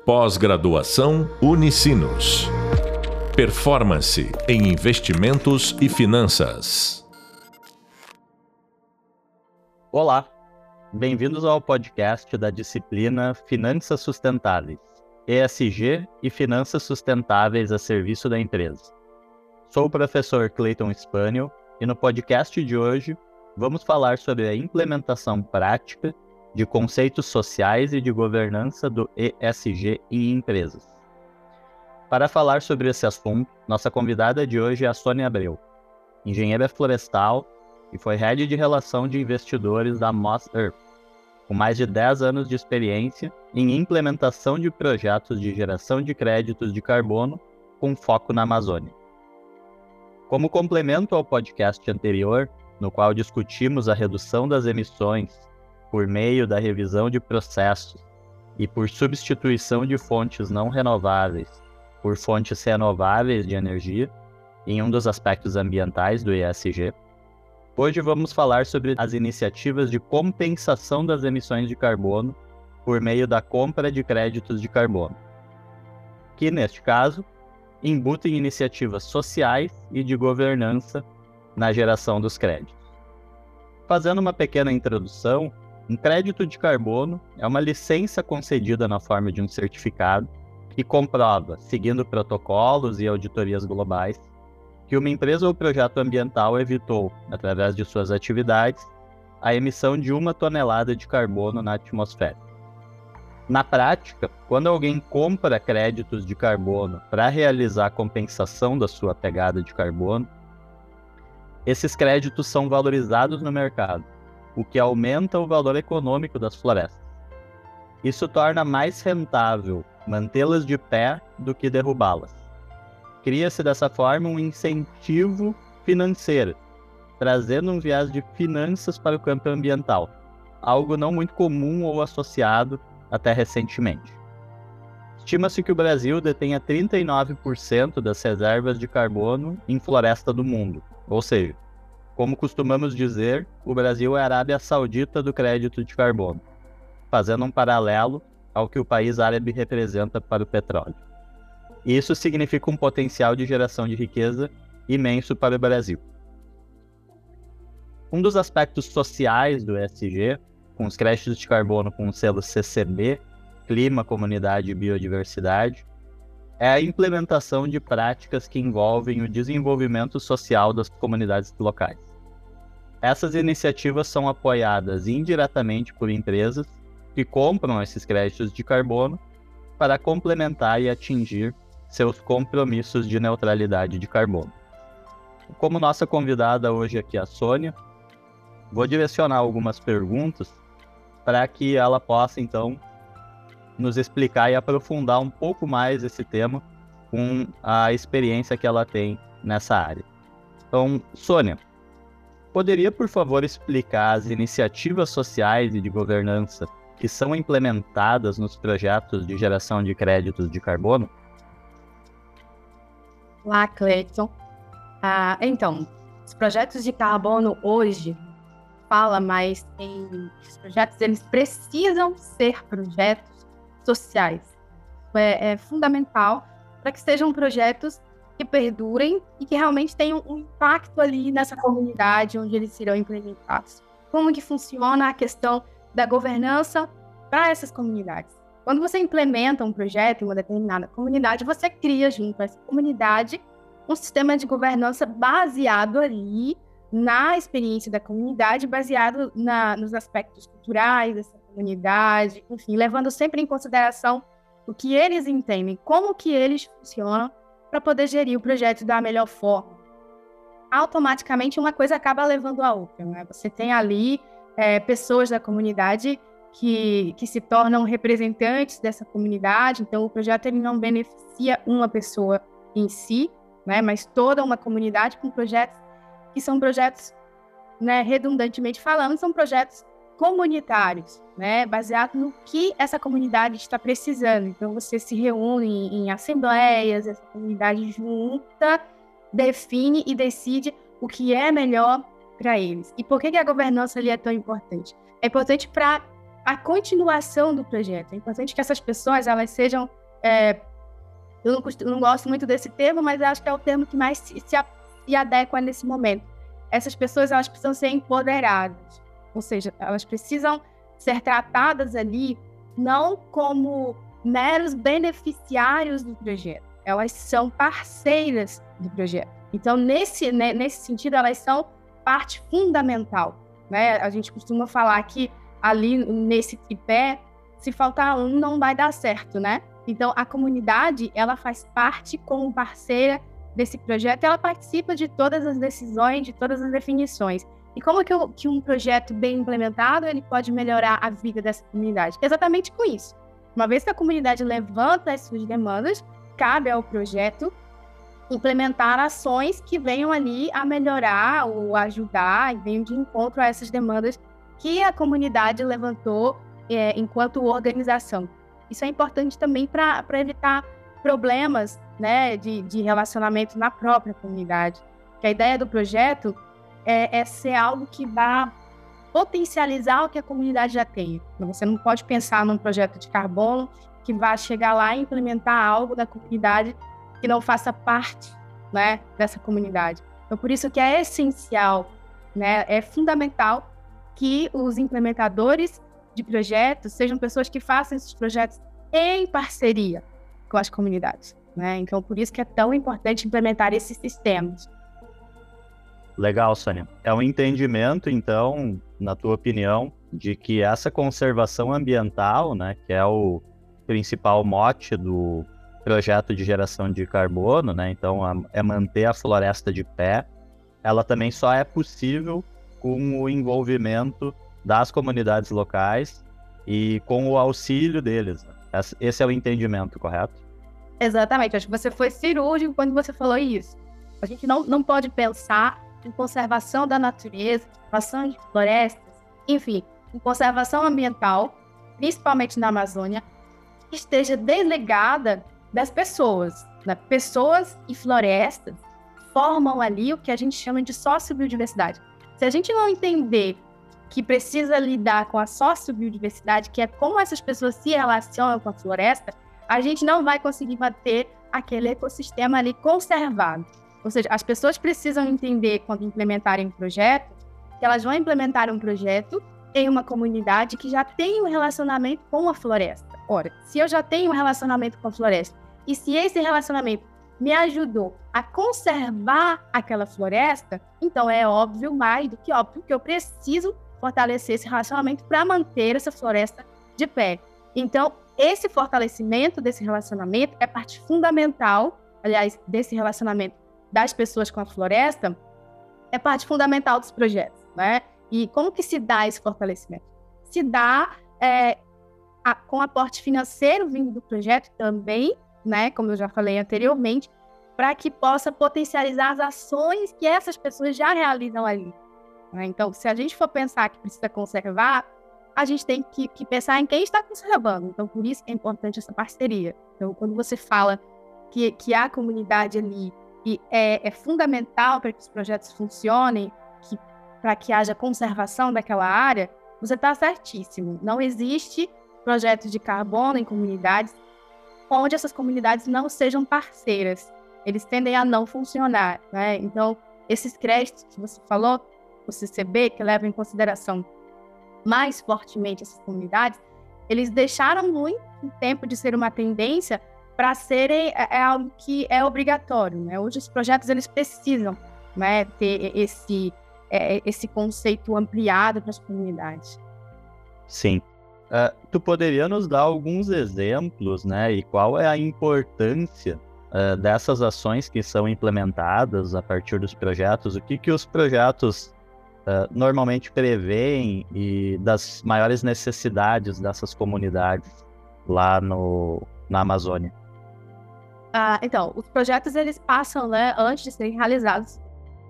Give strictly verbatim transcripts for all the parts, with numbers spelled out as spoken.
Pós-graduação Unicinos. Performance em investimentos e finanças. Olá, bem-vindos ao podcast da disciplina Finanças Sustentáveis, E S G e Finanças Sustentáveis a serviço da empresa. Sou o professor Clayton Spaniel e no podcast de hoje vamos falar sobre a implementação prática de conceitos sociais e de governança do E S G em empresas. Para falar sobre esse assunto, nossa convidada de hoje é a Sônia Abreu, engenheira florestal e foi head de relação de investidores da Moss Earth, com mais de dez anos de experiência em implementação de projetos de geração de créditos de carbono com foco na Amazônia. Como complemento ao podcast anterior, no qual discutimos a redução das emissões por meio da revisão de processos e por substituição de fontes não renováveis por fontes renováveis de energia, em um dos aspectos ambientais do E S G, hoje vamos falar sobre as iniciativas de compensação das emissões de carbono por meio da compra de créditos de carbono, que, neste caso, embutem iniciativas sociais e de governança na geração dos créditos. Fazendo uma pequena introdução, um crédito de carbono é uma licença concedida na forma de um certificado que comprova, seguindo protocolos e auditorias globais, que uma empresa ou projeto ambiental evitou, através de suas atividades, a emissão de uma tonelada de carbono na atmosfera. Na prática, quando alguém compra créditos de carbono para realizar a compensação da sua pegada de carbono, esses créditos são valorizados no mercado, o que aumenta o valor econômico das florestas. Isso torna mais rentável mantê-las de pé do que derrubá-las. Cria-se dessa forma um incentivo financeiro, trazendo um viés de finanças para o campo ambiental, algo não muito comum ou associado até recentemente. Estima-se que o Brasil detenha trinta e nove por cento das reservas de carbono em floresta do mundo, ou seja, como costumamos dizer, o Brasil é a Arábia Saudita do crédito de carbono, fazendo um paralelo ao que o país árabe representa para o petróleo. Isso significa um potencial de geração de riqueza imenso para o Brasil. Um dos aspectos sociais do E S G, com os créditos de carbono com o selo C C B, Clima, Comunidade e Biodiversidade, é a implementação de práticas que envolvem o desenvolvimento social das comunidades locais. Essas iniciativas são apoiadas indiretamente por empresas que compram esses créditos de carbono para complementar e atingir seus compromissos de neutralidade de carbono. Como nossa convidada hoje aqui é a Sônia, vou direcionar algumas perguntas para que ela possa, então, nos explicar e aprofundar um pouco mais esse tema com a experiência que ela tem nessa área. Então, Sônia, poderia, por favor, explicar as iniciativas sociais e de governança que são implementadas nos projetos de geração de créditos de carbono? Olá, Clayton. Ah, então, os projetos de carbono hoje fala mais em os projetos, eles precisam ser projetos sociais. É, é fundamental para que sejam projetos que perdurem e que realmente tenham um impacto ali nessa comunidade onde eles serão implementados. Como que funciona a questão da governança para essas comunidades? Quando você implementa um projeto em uma determinada comunidade, você cria junto a essa comunidade um sistema de governança baseado ali na experiência da comunidade, baseado na, nos aspectos culturais dessa comunidade, enfim, levando sempre em consideração o que eles entendem, como que eles funcionam para poder gerir o projeto da melhor forma. Automaticamente, uma coisa acaba levando a outra, né? Você tem ali é, pessoas da comunidade que, que se tornam representantes dessa comunidade, então o projeto ele não beneficia uma pessoa em si, né? Mas toda uma comunidade com projetos que são projetos, né, redundantemente falando, são projetos comunitários, né, baseado no que essa comunidade está precisando. Então, você se reúne em, em assembleias, essa comunidade junta, define e decide o que é melhor para eles. E por que, que a governança ali é tão importante? É importante para a continuação do projeto. É importante que essas pessoas elas sejam... É, eu não, costumo, não gosto muito desse termo, mas acho que é o termo que mais se, se, se adequa nesse momento. Essas pessoas elas precisam ser empoderadas. Ou seja, elas precisam ser tratadas ali não como meros beneficiários do projeto. Elas são parceiras do projeto. Então, nesse, né, nesse sentido, elas são parte fundamental, né? A gente costuma falar que ali nesse tripé, se faltar um, não vai dar certo, né? Então, a comunidade, ela faz parte como parceira desse projeto, ela participa de todas as decisões, de todas as definições. E como que, eu, que um projeto bem implementado, ele pode melhorar a vida dessa comunidade? Exatamente com isso. Uma vez que a comunidade levanta as suas demandas, cabe ao projeto implementar ações que venham ali a melhorar ou ajudar e venham de encontro a essas demandas que a comunidade levantou é, enquanto organização. Isso é importante também para evitar problemas, né, de, de relacionamento na própria comunidade. Que a ideia do projeto é, é ser algo que vá potencializar o que a comunidade já tem. Você não pode pensar num projeto de carbono que vá chegar lá e implementar algo da comunidade que não faça parte, né, dessa comunidade. Então, por isso que é essencial, né, é fundamental que os implementadores de projetos sejam pessoas que façam esses projetos em parceria com as comunidades, né? Então, por isso que é tão importante implementar esses sistemas. Legal, Sônia. É um entendimento, então, na tua opinião, de que essa conservação ambiental, né, que é o principal mote do projeto de geração de carbono, né, então a, é manter a floresta de pé, ela também só é possível com o envolvimento das comunidades locais e com o auxílio deles. Né? Esse é o entendimento, correto? Exatamente. Acho que você foi cirúrgico quando você falou isso. A gente não, não pode pensar em conservação da natureza, conservação de florestas, enfim, em conservação ambiental, principalmente na Amazônia, que esteja desligada das pessoas. Né? Pessoas e florestas formam ali o que a gente chama de sociobiodiversidade. Se a gente não entender que precisa lidar com a sociobiodiversidade, que é como essas pessoas se relacionam com a floresta, a gente não vai conseguir manter aquele ecossistema ali conservado. Ou seja, as pessoas precisam entender, quando implementarem um projeto, que elas vão implementar um projeto em uma comunidade que já tem um relacionamento com a floresta. Ora, se eu já tenho um relacionamento com a floresta, e se esse relacionamento me ajudou a conservar aquela floresta, então é óbvio, mais do que óbvio, que eu preciso fortalecer esse relacionamento para manter essa floresta de pé. Então, esse fortalecimento desse relacionamento é parte fundamental, aliás, desse relacionamento das pessoas com a floresta, é parte fundamental dos projetos, né? E como que se dá esse fortalecimento? Se dá é, a, com aporte financeiro vindo do projeto também, né? Como eu já falei anteriormente, para que possa potencializar as ações que essas pessoas já realizam ali. Né? Então, se a gente for pensar que precisa conservar, a gente tem que, que pensar em quem está conservando. Então, por isso que é importante essa parceria. Então, quando você fala que, que a comunidade ali e é, é fundamental para que os projetos funcionem, que, para que haja conservação daquela área, você está certíssimo. Não existe projeto de carbono em comunidades onde essas comunidades não sejam parceiras. Eles tendem a não funcionar. Né? Então, esses créditos que você falou, o C C B, que leva em consideração mais fortemente essas comunidades, eles deixaram muito tempo de ser uma tendência para serem é, é algo que é obrigatório. Né? Hoje os projetos eles precisam, né, ter esse, é, esse conceito ampliado para as comunidades. Sim. Uh, tu poderia nos dar alguns exemplos, né, e qual é a importância uh, dessas ações que são implementadas a partir dos projetos? O que, que os projetos Uh, normalmente prevêem e das maiores necessidades dessas comunidades lá no, na Amazônia? Ah, então, os projetos eles passam, né, antes de serem realizados,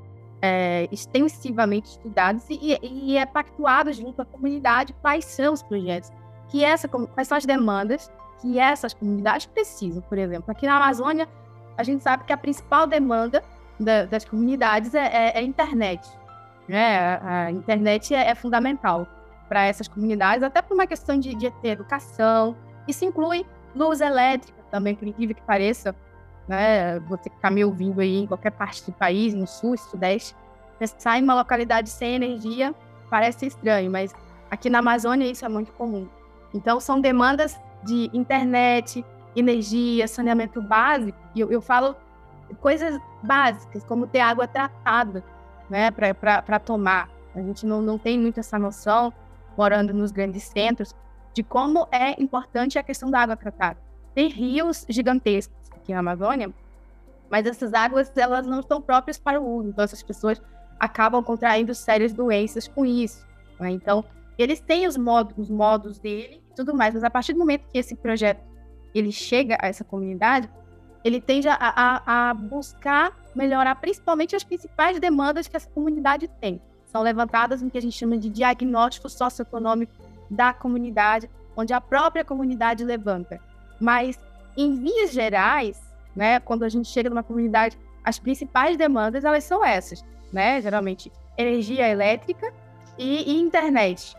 é, extensivamente estudados e, e é pactuado junto à comunidade quais são os projetos, que essa, quais são as demandas que essas comunidades precisam. Por exemplo, aqui na Amazônia, a gente sabe que a principal demanda da, das comunidades é, é, é a internet. Né? A internet é, é fundamental. para essas comunidades, até por uma questão de, de ter educação. Isso inclui luz elétrica também, por incrível que pareça, né? Você que está me ouvindo aí em qualquer parte do país, no sul, sudeste, pensar em uma localidade sem energia parece estranho, mas aqui na Amazônia isso é muito comum. Então, são demandas de internet, energia, saneamento básico, e eu, eu falo coisas básicas, como ter água tratada, né, para tomar. A gente não, não tem muito essa noção, morando nos grandes centros, de como é importante a questão da água tratada. Tem rios gigantescos aqui na Amazônia, mas essas águas elas não estão próprias para o uso, então essas pessoas acabam contraindo sérias doenças com isso, né? Então, eles têm os modos, os modos dele e tudo mais, mas a partir do momento que esse projeto ele chega a essa comunidade, ele tende a, a, a buscar melhorar principalmente as principais demandas que essa comunidade tem. São levantadas no que a gente chama de diagnóstico socioeconômico da comunidade, onde a própria comunidade levanta. Mas, em linhas gerais, né, quando a gente chega numa comunidade, as principais demandas, elas são essas, né? Geralmente, energia elétrica e, e internet.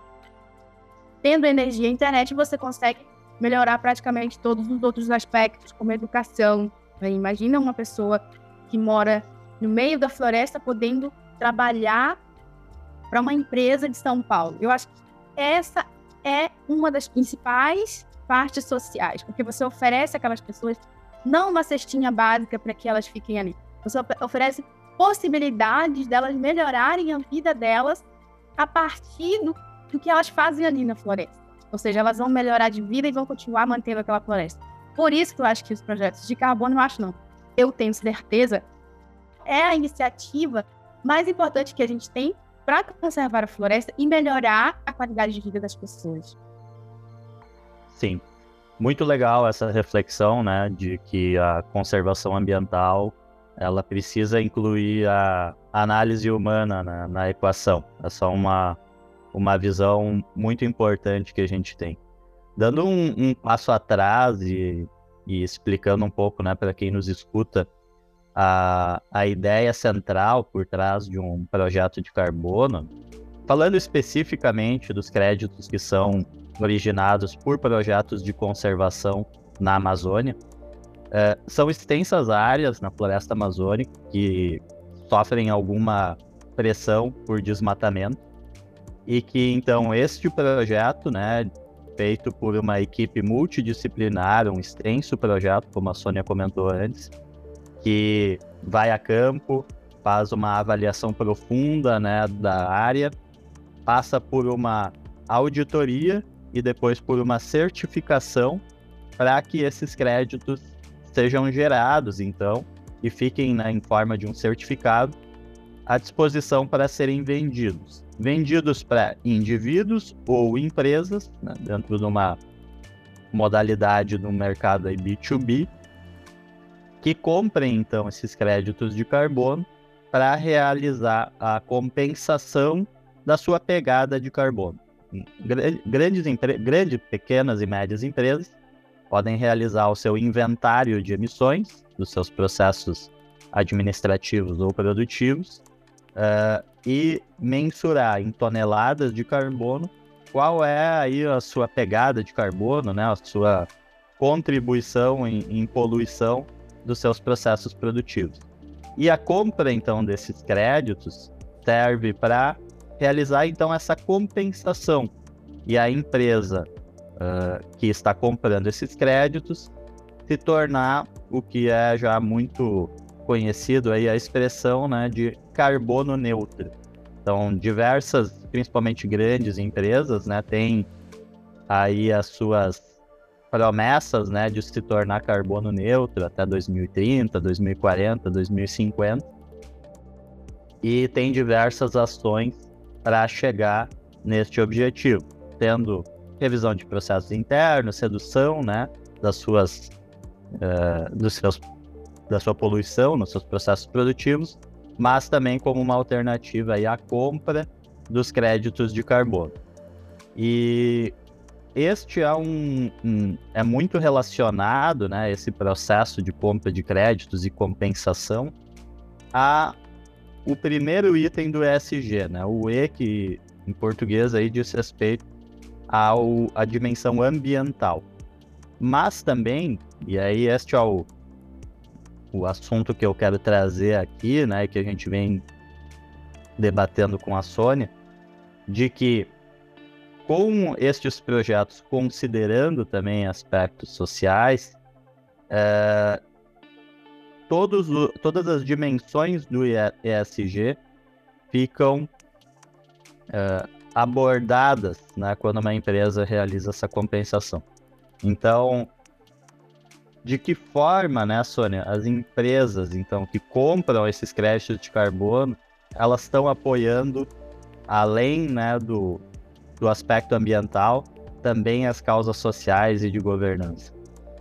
Tendo energia e internet, você consegue melhorar praticamente todos os outros aspectos, como educação. Né? Imagina uma pessoa que mora no meio da floresta podendo trabalhar para uma empresa de São Paulo. Eu acho que essa é uma das principais partes sociais, porque você oferece àquelas pessoas não uma cestinha básica para que elas fiquem ali. Você oferece possibilidades delas melhorarem a vida delas a partir do, do que elas fazem ali na floresta. Ou seja, elas vão melhorar de vida e vão continuar mantendo aquela floresta. Por isso que eu acho que os projetos de carbono, eu acho não, eu tenho certeza, é a iniciativa mais importante que a gente tem para conservar a floresta e melhorar a qualidade de vida das pessoas. Sim, muito legal essa reflexão, né, de que a conservação ambiental ela precisa incluir a análise humana na, na equação. É só uma, uma visão muito importante que a gente tem. Dando um, um passo atrás e, e explicando um pouco, né, para quem nos escuta, a, a ideia central por trás de um projeto de carbono, falando especificamente dos créditos que são originados por projetos de conservação na Amazônia, é, são extensas áreas na floresta amazônica que sofrem alguma pressão por desmatamento e que, então, este projeto, né, feito por uma equipe multidisciplinar, um extenso projeto, como a Sônia comentou antes, que vai a campo, faz uma avaliação profunda, né, da área, passa por uma auditoria e depois por uma certificação para que esses créditos sejam gerados, então, e fiquem, né, em forma de um certificado à disposição para serem vendidos. Vendidos para indivíduos ou empresas, né, dentro de uma modalidade do mercado aí B dois B, que comprem, então, esses créditos de carbono para realizar a compensação da sua pegada de carbono. Grandes, empre... grandes, pequenas e médias empresas podem realizar o seu inventário de emissões dos seus processos administrativos ou produtivos uh, e mensurar em toneladas de carbono qual é aí a sua pegada de carbono, né, a sua contribuição em, em poluição dos seus processos produtivos. E a compra, então, desses créditos serve para realizar, então, essa compensação. E a empresa uh, que está comprando esses créditos se tornar o que é já muito conhecido aí, a expressão, né, de carbono neutro. Então, diversas, principalmente grandes empresas, né, têm aí as suas promessas, né, de se tornar carbono neutro até dois mil e trinta, dois mil e quarenta, dois mil e cinquenta, e tem diversas ações para chegar neste objetivo, tendo revisão de processos internos, redução, né, das suas, uh, dos seus, da sua poluição nos seus processos produtivos, mas também como uma alternativa aí à compra dos créditos de carbono. E este é, um, um, é muito relacionado, né, esse processo de compra de créditos e compensação, a o primeiro item do E S G, né, o E que Em português aí diz respeito ao, à dimensão ambiental. Mas também, e aí este é o, o assunto que eu quero trazer aqui, né, que a gente vem debatendo com a Sônia, de que com estes projetos, considerando também aspectos sociais, é, todos, todas as dimensões do E S G ficam é, abordadas, né, quando uma empresa realiza essa compensação. Então, de que forma, né, Sônia, as empresas então, que compram esses créditos de carbono, elas estão apoiando, além, né, do, do aspecto ambiental, também as causas sociais e de governança?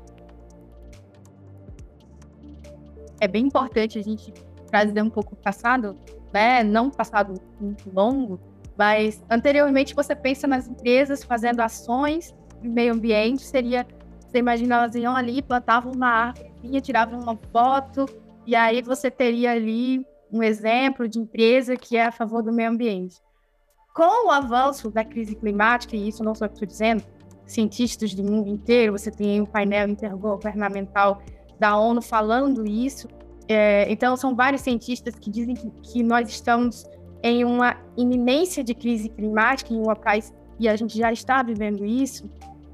É bem importante a gente trazer um pouco o passado, né? Não passado muito longo, mas anteriormente você pensa nas empresas fazendo ações no meio ambiente, seria, você imagina, elas iam ali, plantavam uma árvore, tiravam uma foto, e aí você teria ali um exemplo de empresa que é a favor do meio ambiente. Com o avanço da crise climática, e isso não sou eu que estou dizendo, cientistas do mundo inteiro, você tem um painel intergovernamental da ONU falando isso, é, então são vários cientistas que dizem que, que nós estamos em uma iminência de crise climática em um país, e a gente já está vivendo isso.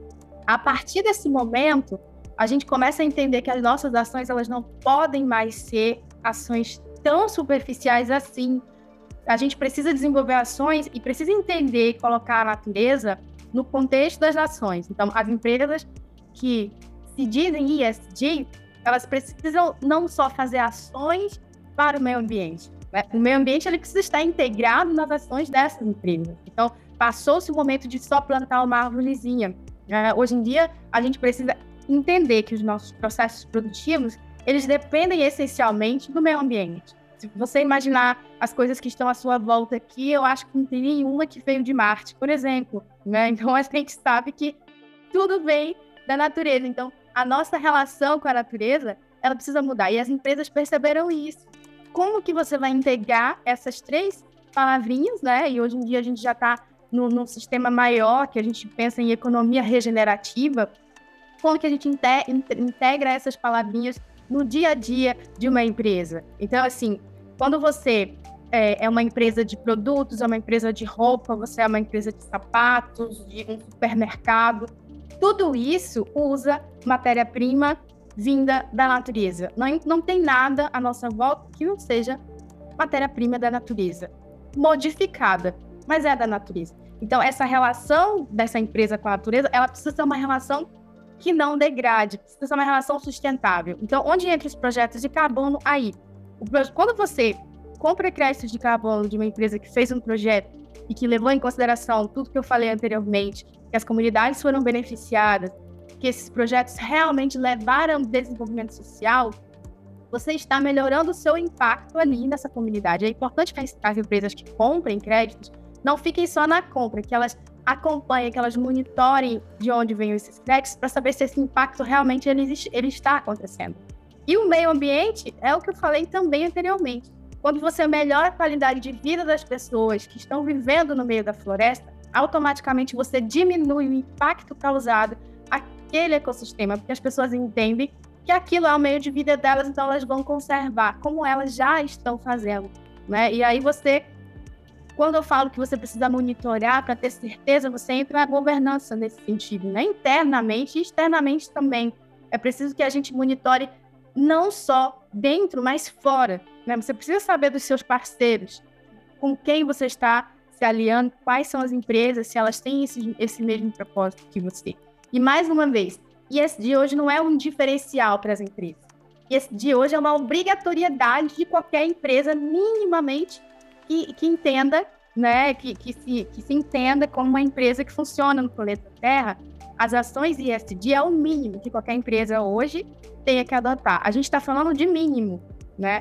A partir desse momento, a gente começa a entender que as nossas ações elas não podem mais ser ações tão superficiais assim. A gente precisa desenvolver ações e precisa entender e colocar a natureza no contexto das nações. Então, as empresas que se dizem E S G, elas precisam não só fazer ações para o meio ambiente, né? O meio ambiente ele precisa estar integrado nas ações dessas empresas. Então, passou-se o momento de só plantar uma árvorezinha. É, hoje em dia, a gente precisa entender que os nossos processos produtivos, eles dependem essencialmente do meio ambiente. Se você imaginar as coisas que estão à sua volta aqui, eu acho que não tem nenhuma que veio de Marte, por exemplo, né? Então, a gente sabe que tudo vem da natureza. Então, a nossa relação com a natureza, ela precisa mudar. E as empresas perceberam isso. Como que você vai integrar essas três palavrinhas, né? E hoje em dia a gente já está num, num sistema maior, que a gente pensa em economia regenerativa. Como que a gente integra essas palavrinhas no dia a dia de uma empresa? Então, assim, quando você é, é uma empresa de produtos, é uma empresa de roupa, você é uma empresa de sapatos, de um supermercado, tudo isso usa matéria-prima vinda da natureza. Não, não tem nada à nossa volta que não seja matéria-prima da natureza, modificada, mas é da natureza. Então, essa relação dessa empresa com a natureza, ela precisa ser uma relação que não degrade, precisa ser uma relação sustentável. Então, onde entra os projetos de carbono? Aí, o, quando você compra créditos de carbono de uma empresa que fez um projeto e que levou em consideração tudo que eu falei anteriormente, que as comunidades foram beneficiadas, que esses projetos realmente levaram ao desenvolvimento social, você está melhorando o seu impacto ali nessa comunidade. É importante que as empresas que comprem créditos não fiquem só na compra, que elas acompanhem, que elas monitorem de onde vêm esses créditos para saber se esse impacto realmente ele, ele está acontecendo. E o meio ambiente é o que eu falei também anteriormente. Quando você melhora a qualidade de vida das pessoas que estão vivendo no meio da floresta, automaticamente você diminui o impacto causado àquele ecossistema, porque as pessoas entendem que aquilo é o meio de vida delas, então elas vão conservar, como elas já estão fazendo, né? E aí você, quando eu falo que você precisa monitorar para ter certeza, você entra na governança nesse sentido, né? Internamente e externamente também. É preciso que a gente monitore não só dentro, mas fora, né? Você precisa saber dos seus parceiros, com quem você está se aliando, quais são as empresas, se elas têm esse, esse mesmo propósito que você. E mais uma vez, E S G hoje não é um diferencial para as empresas. E E S G hoje é uma obrigatoriedade de qualquer empresa minimamente que, que entenda, né, que, que, se, que se entenda como uma empresa que funciona no planeta Terra. As ações E S G é o mínimo que qualquer empresa hoje tenha que adotar. A gente está falando de mínimo, né?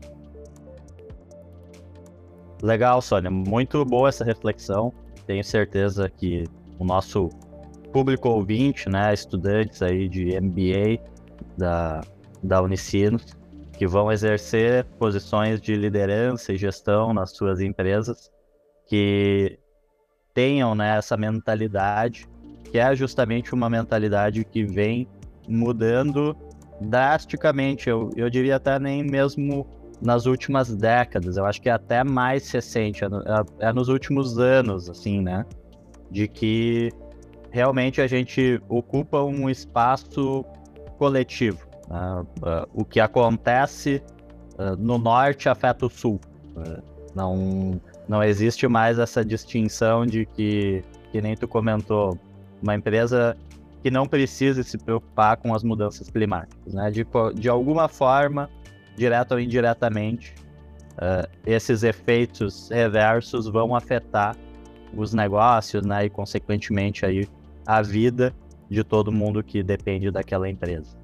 Legal, Sônia. Muito boa essa reflexão. Tenho certeza que o nosso público ouvinte, né, estudantes aí de M B A da, da Unicinos, que vão exercer posições de liderança e gestão nas suas empresas, que tenham, né, essa mentalidade, que é justamente uma mentalidade que vem mudando drasticamente, eu, eu diria até nem mesmo nas últimas décadas, eu acho que é até mais recente, é, é, é nos últimos anos, assim, né, de que realmente a gente ocupa um espaço coletivo. Uh, uh, o que acontece uh, no norte afeta o sul. Uh, não, não existe mais essa distinção de que, que nem tu comentou, uma empresa que não precisa se preocupar com as mudanças climáticas, né? De, de alguma forma, direta ou indiretamente, uh, esses efeitos reversos vão afetar os negócios, né? E, consequentemente, aí, a vida de todo mundo que depende daquela empresa.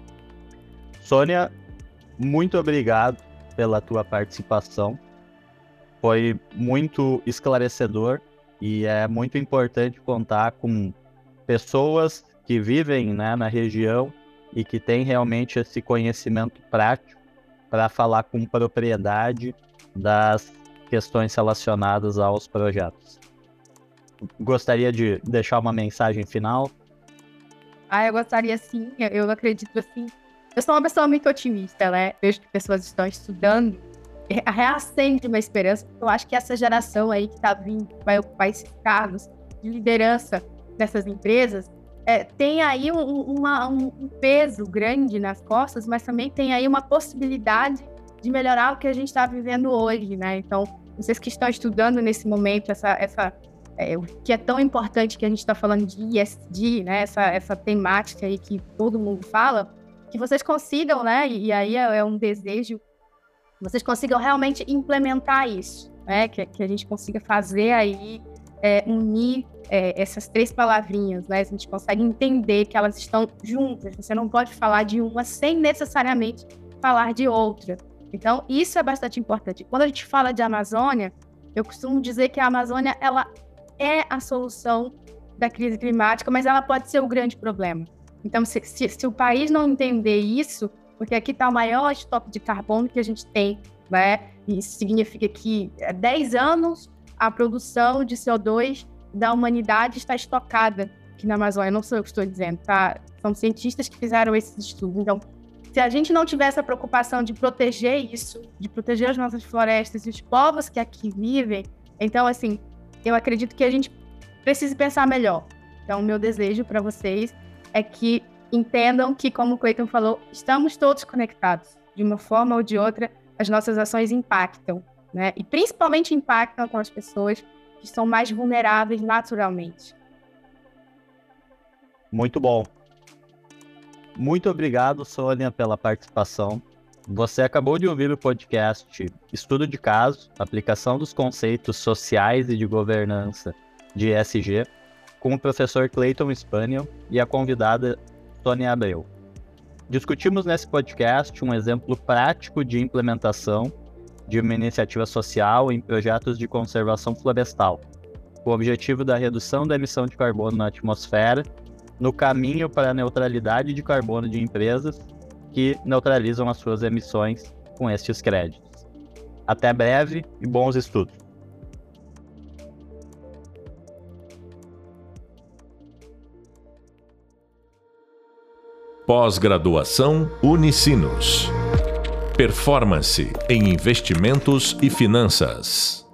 Sônia, muito obrigado pela tua participação. Foi muito esclarecedor e é muito importante contar com pessoas que vivem, né, na região e que têm realmente esse conhecimento prático para falar com propriedade das questões relacionadas aos projetos. Gostaria de deixar uma mensagem final? Ah, eu gostaria sim, eu acredito assim. Eu sou uma pessoa muito otimista, né? Vejo que pessoas estão estudando, reacende uma esperança. Eu acho que essa geração aí que está vindo, que vai ocupar esses cargos de liderança dessas empresas, é, tem aí um, uma, um peso grande nas costas, mas também tem aí uma possibilidade de melhorar o que a gente está vivendo hoje, né? Então, vocês que estão estudando nesse momento, essa, essa, é, o que é tão importante que a gente está falando de E S G, né? Essa, essa temática aí que todo mundo fala, que vocês consigam, né? E, e aí é, é um desejo, vocês consigam realmente implementar isso, né? Que, que a gente consiga fazer aí, é, unir é, essas três palavrinhas, né? A gente consegue entender que elas estão juntas. Você não pode falar de uma sem necessariamente falar de outra. Então, isso é bastante importante. Quando a gente fala de Amazônia, eu costumo dizer que a Amazônia, ela é a solução da crise climática, mas ela pode ser o grande problema. Então, se, se, se o país não entender isso, porque aqui está o maior estoque de carbono que a gente tem, né? Isso significa que há dez anos a produção de C O dois da humanidade está estocada aqui na Amazônia. Não sou eu que estou dizendo, tá? São cientistas que fizeram esses estudos. Então, se a gente não tiver essa preocupação de proteger isso, de proteger as nossas florestas e os povos que aqui vivem, então, assim, eu acredito que a gente precisa pensar melhor. Então, o meu desejo para vocês é que entendam que, como o Cleiton falou, estamos todos conectados. De uma forma ou de outra, as nossas ações impactam, né? E principalmente impactam com as pessoas que são mais vulneráveis naturalmente. Muito bom. Muito obrigado, Sônia, pela participação. Você acabou de ouvir o podcast Estudo de Caso, aplicação dos conceitos sociais e de governança de E S G, com o professor Cleiton Spaniel e a convidada Sônia Abreu. Discutimos nesse podcast um exemplo prático de implementação de uma iniciativa social em projetos de conservação florestal, com o objetivo da redução da emissão de carbono na atmosfera, no caminho para a neutralidade de carbono de empresas que neutralizam as suas emissões com estes créditos. Até breve e bons estudos! Pós-graduação Unicinos. Performance em investimentos e finanças.